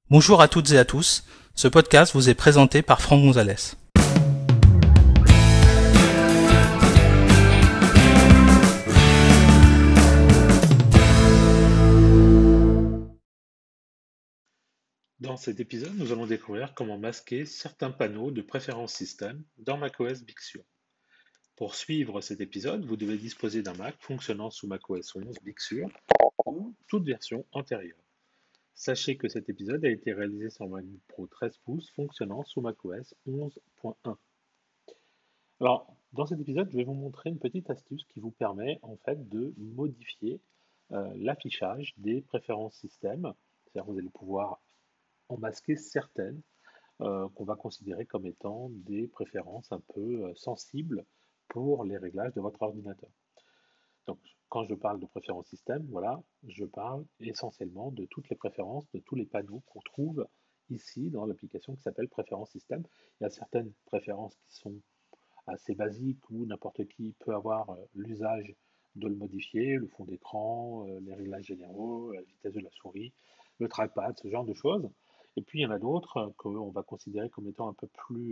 Bonjour à toutes et à tous, ce podcast vous est présenté par Franck Gonzalez. Dans cet épisode, nous allons découvrir comment masquer certains panneaux de préférence système dans macOS Big Sur. Pour suivre cet épisode, vous devez disposer d'un Mac fonctionnant sous macOS 11 Big Sur ou toute version antérieure. Sachez que cet épisode a été réalisé sur un MacBook Pro 13 pouces fonctionnant sous macOS 11.1. Alors, dans cet épisode, je vais vous montrer une petite astuce qui vous permet en fait de modifier l'affichage des préférences système. C'est-à-dire que vous allez pouvoir en masquer certaines qu'on va considérer comme étant des préférences un peu sensibles pour les réglages de votre ordinateur. Donc, quand je parle de préférences système, voilà, je parle essentiellement de toutes les préférences, de tous les panneaux qu'on trouve ici dans l'application qui s'appelle préférences système. Il y a certaines préférences qui sont assez basiques où n'importe qui peut avoir l'usage de le modifier, le fond d'écran, les réglages généraux, la vitesse de la souris, le trackpad, ce genre de choses. Et puis il y en a d'autres qu'on va considérer comme étant un peu plus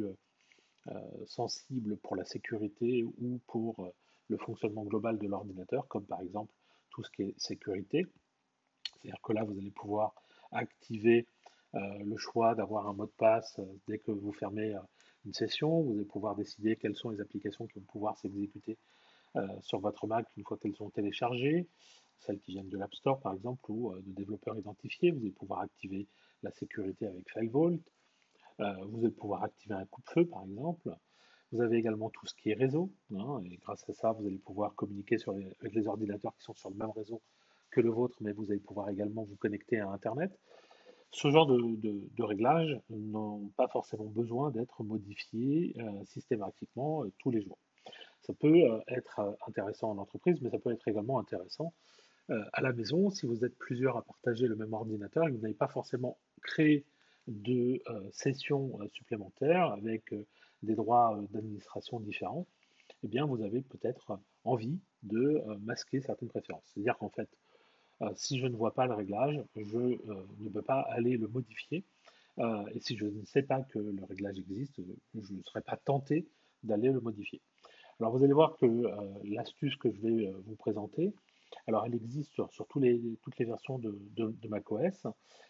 sensibles pour la sécurité ou pour le fonctionnement global de l'ordinateur, comme par exemple tout ce qui est sécurité. C'est-à-dire que là, vous allez pouvoir activer le choix d'avoir un mot de passe dès que vous fermez une session. Vous allez pouvoir décider quelles sont les applications qui vont pouvoir s'exécuter sur votre Mac une fois qu'elles sont téléchargées, celles qui viennent de l'App Store par exemple ou de développeurs identifiés. Vous allez pouvoir activer la sécurité avec FileVault. Vous allez pouvoir activer un coupe-feu par exemple. Vous avez également tout ce qui est réseau, hein, et grâce à ça, vous allez pouvoir communiquer avec les ordinateurs qui sont sur le même réseau que le vôtre, mais vous allez pouvoir également vous connecter à Internet. Ce genre de réglages n'ont pas forcément besoin d'être modifiés systématiquement tous les jours. Ça peut être intéressant en entreprise, mais ça peut être également intéressant à la maison. Si vous êtes plusieurs à partager le même ordinateur et que vous n'avez pas forcément créé de sessions supplémentaires avec des droits d'administration différents, eh bien vous avez peut-être envie de masquer certaines préférences. C'est-à-dire qu'en fait, si je ne vois pas le réglage, je ne peux pas aller le modifier. Et si je ne sais pas que le réglage existe, je ne serai pas tenté d'aller le modifier. Alors vous allez voir que l'astuce que je vais vous présenter, alors elle existe sur toutes les versions de macOS,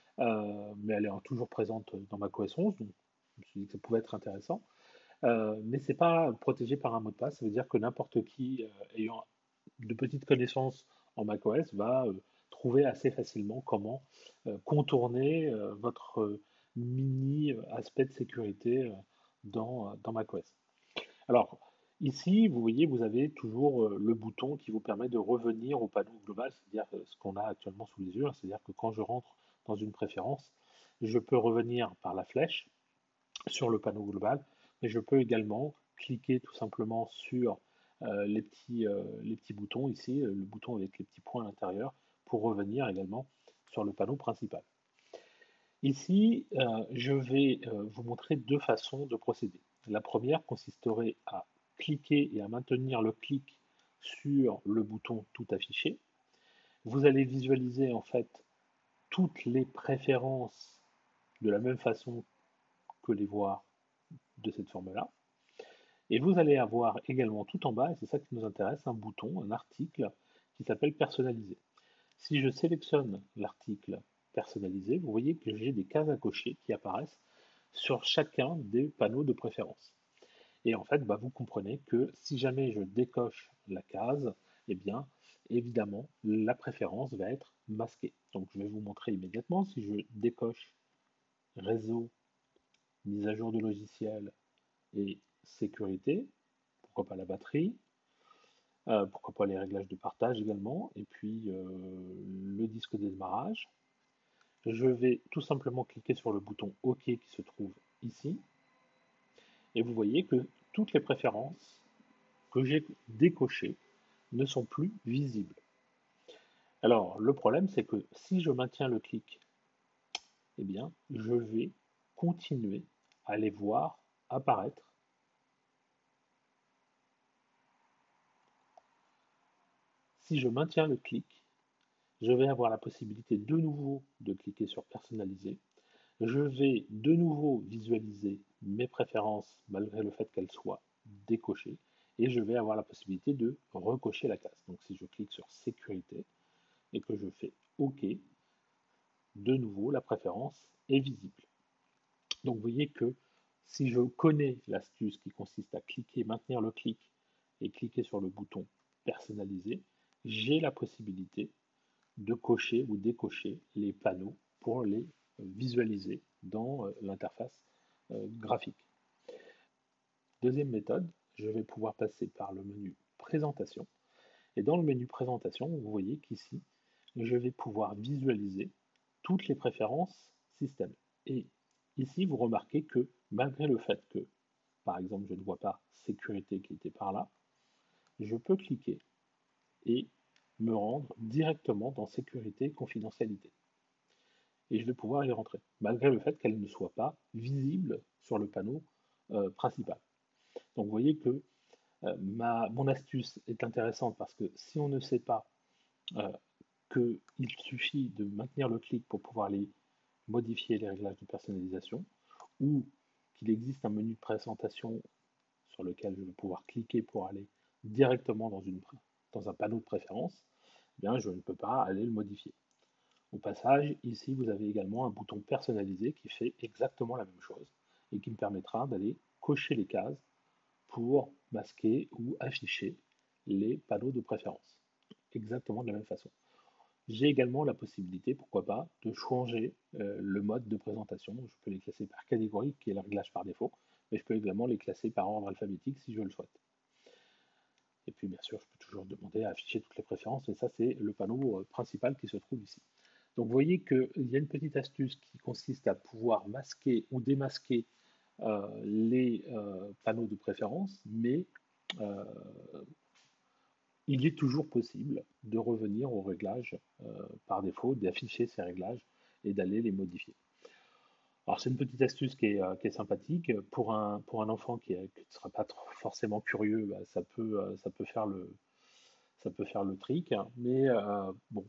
mais elle est toujours présente dans macOS 11, donc je me suis dit que ça pouvait être intéressant. Mais ce n'est pas protégé par un mot de passe, ça veut dire que n'importe qui ayant de petites connaissances en macOS va trouver assez facilement comment contourner votre mini aspect de sécurité dans macOS. Alors, ici, vous voyez, vous avez toujours le bouton qui vous permet de revenir au panneau global, c'est-à-dire ce qu'on a actuellement sous les yeux, c'est-à-dire que quand je rentre dans une préférence, je peux revenir par la flèche sur le panneau global, mais je peux également cliquer tout simplement sur les petits boutons ici, le bouton avec les petits points à l'intérieur, pour revenir également sur le panneau principal. Ici, je vais vous montrer deux façons de procéder. La première consisterait à cliquer et à maintenir le clic sur le bouton Tout afficher. Vous allez visualiser en fait toutes les préférences de la même façon que les voir de cette forme-là. Et vous allez avoir également tout en bas, et c'est ça qui nous intéresse, un bouton, un article qui s'appelle Personnaliser. Si je sélectionne l'article personnalisé, vous voyez que j'ai des cases à cocher qui apparaissent sur chacun des panneaux de préférence. Et en fait, vous comprenez que si jamais je décoche la case, eh bien, évidemment, la préférence va être masquée. Donc, je vais vous montrer immédiatement. Si je décoche réseau, mise à jour de logiciel et sécurité, pourquoi pas la batterie, pourquoi pas les réglages de partage également, et puis le disque de démarrage. Je vais tout simplement cliquer sur le bouton OK qui se trouve ici, et vous voyez que toutes les préférences que j'ai décochées ne sont plus visibles. Alors, le problème, c'est que si je maintiens le clic, eh bien, je vais continuer à les voir apparaître. Si je maintiens le clic, je vais avoir la possibilité de nouveau de cliquer sur personnaliser. Je vais de nouveau visualiser mes préférences malgré le fait qu'elles soient décochées et je vais avoir la possibilité de recocher la case. Donc si je clique sur sécurité et que je fais OK, de nouveau la préférence est visible. Donc vous voyez que si je connais l'astuce qui consiste à cliquer, maintenir le clic et cliquer sur le bouton personnaliser, j'ai la possibilité de cocher ou décocher les panneaux pour les visualiser dans l'interface graphique. Deuxième méthode, je vais pouvoir passer par le menu présentation. Et dans le menu présentation, vous voyez qu'ici, je vais pouvoir visualiser toutes les préférences système. Et ici, vous remarquez que malgré le fait que, par exemple, je ne vois pas sécurité qui était par là, je peux cliquer et me rendre directement dans sécurité et confidentialité. Et je vais pouvoir y rentrer, malgré le fait qu'elle ne soit pas visible sur le panneau principal. Donc vous voyez que mon astuce est intéressante parce que si on ne sait pas euh, qu'il suffit de maintenir le clic pour pouvoir les modifier les réglages de personnalisation, ou qu'il existe un menu de présentation sur lequel je vais pouvoir cliquer pour aller directement dans un panneau de préférence, eh bien je ne peux pas aller le modifier. Au passage, ici vous avez également un bouton personnalisé qui fait exactement la même chose et qui me permettra d'aller cocher les cases pour masquer ou afficher les panneaux de préférence. Exactement de la même façon. J'ai également la possibilité, pourquoi pas, de changer le mode de présentation. Je peux les classer par catégorie, qui est le réglage par défaut, mais je peux également les classer par ordre alphabétique si je le souhaite. Et puis bien sûr, je peux toujours demander à afficher toutes les préférences, mais ça c'est le panneau principal qui se trouve ici. Donc vous voyez qu'il y a une petite astuce qui consiste à pouvoir masquer ou démasquer les panneaux de préférence, mais euh, il est toujours possible de revenir aux réglages par défaut, d'afficher ces réglages et d'aller les modifier. Alors c'est une petite astuce qui est sympathique. Pour un enfant qui ne sera pas forcément curieux, bah, ça peut faire le trick, hein. Mais bon,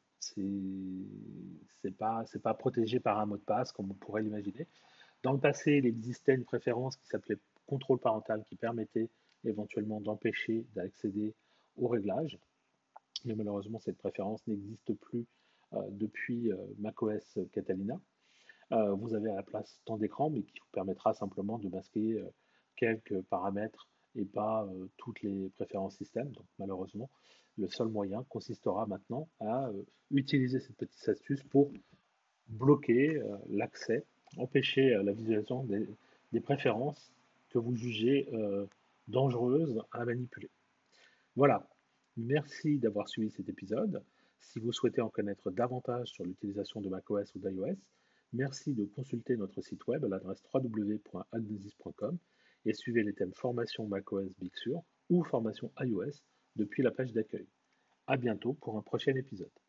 c'est pas protégé par un mot de passe comme on pourrait l'imaginer. Dans le passé, il existait une préférence qui s'appelait contrôle parental qui permettait éventuellement d'empêcher d'accéder aux réglages. Mais malheureusement, cette préférence n'existe plus depuis macOS Catalina. Vous avez à la place temps d'écran, mais qui vous permettra simplement de masquer quelques paramètres et pas toutes les préférences système. Donc malheureusement, le seul moyen consistera maintenant à utiliser cette petite astuce pour bloquer l'accès, empêcher la visualisation des préférences que vous jugez dangereuses à manipuler. Voilà, merci d'avoir suivi cet épisode. Si vous souhaitez en connaître davantage sur l'utilisation de macOS ou d'iOS, merci de consulter notre site web à l'adresse www.adnesis.com et suivez les thèmes formation macOS Big Sur ou formation iOS depuis la page d'accueil. À bientôt pour un prochain épisode.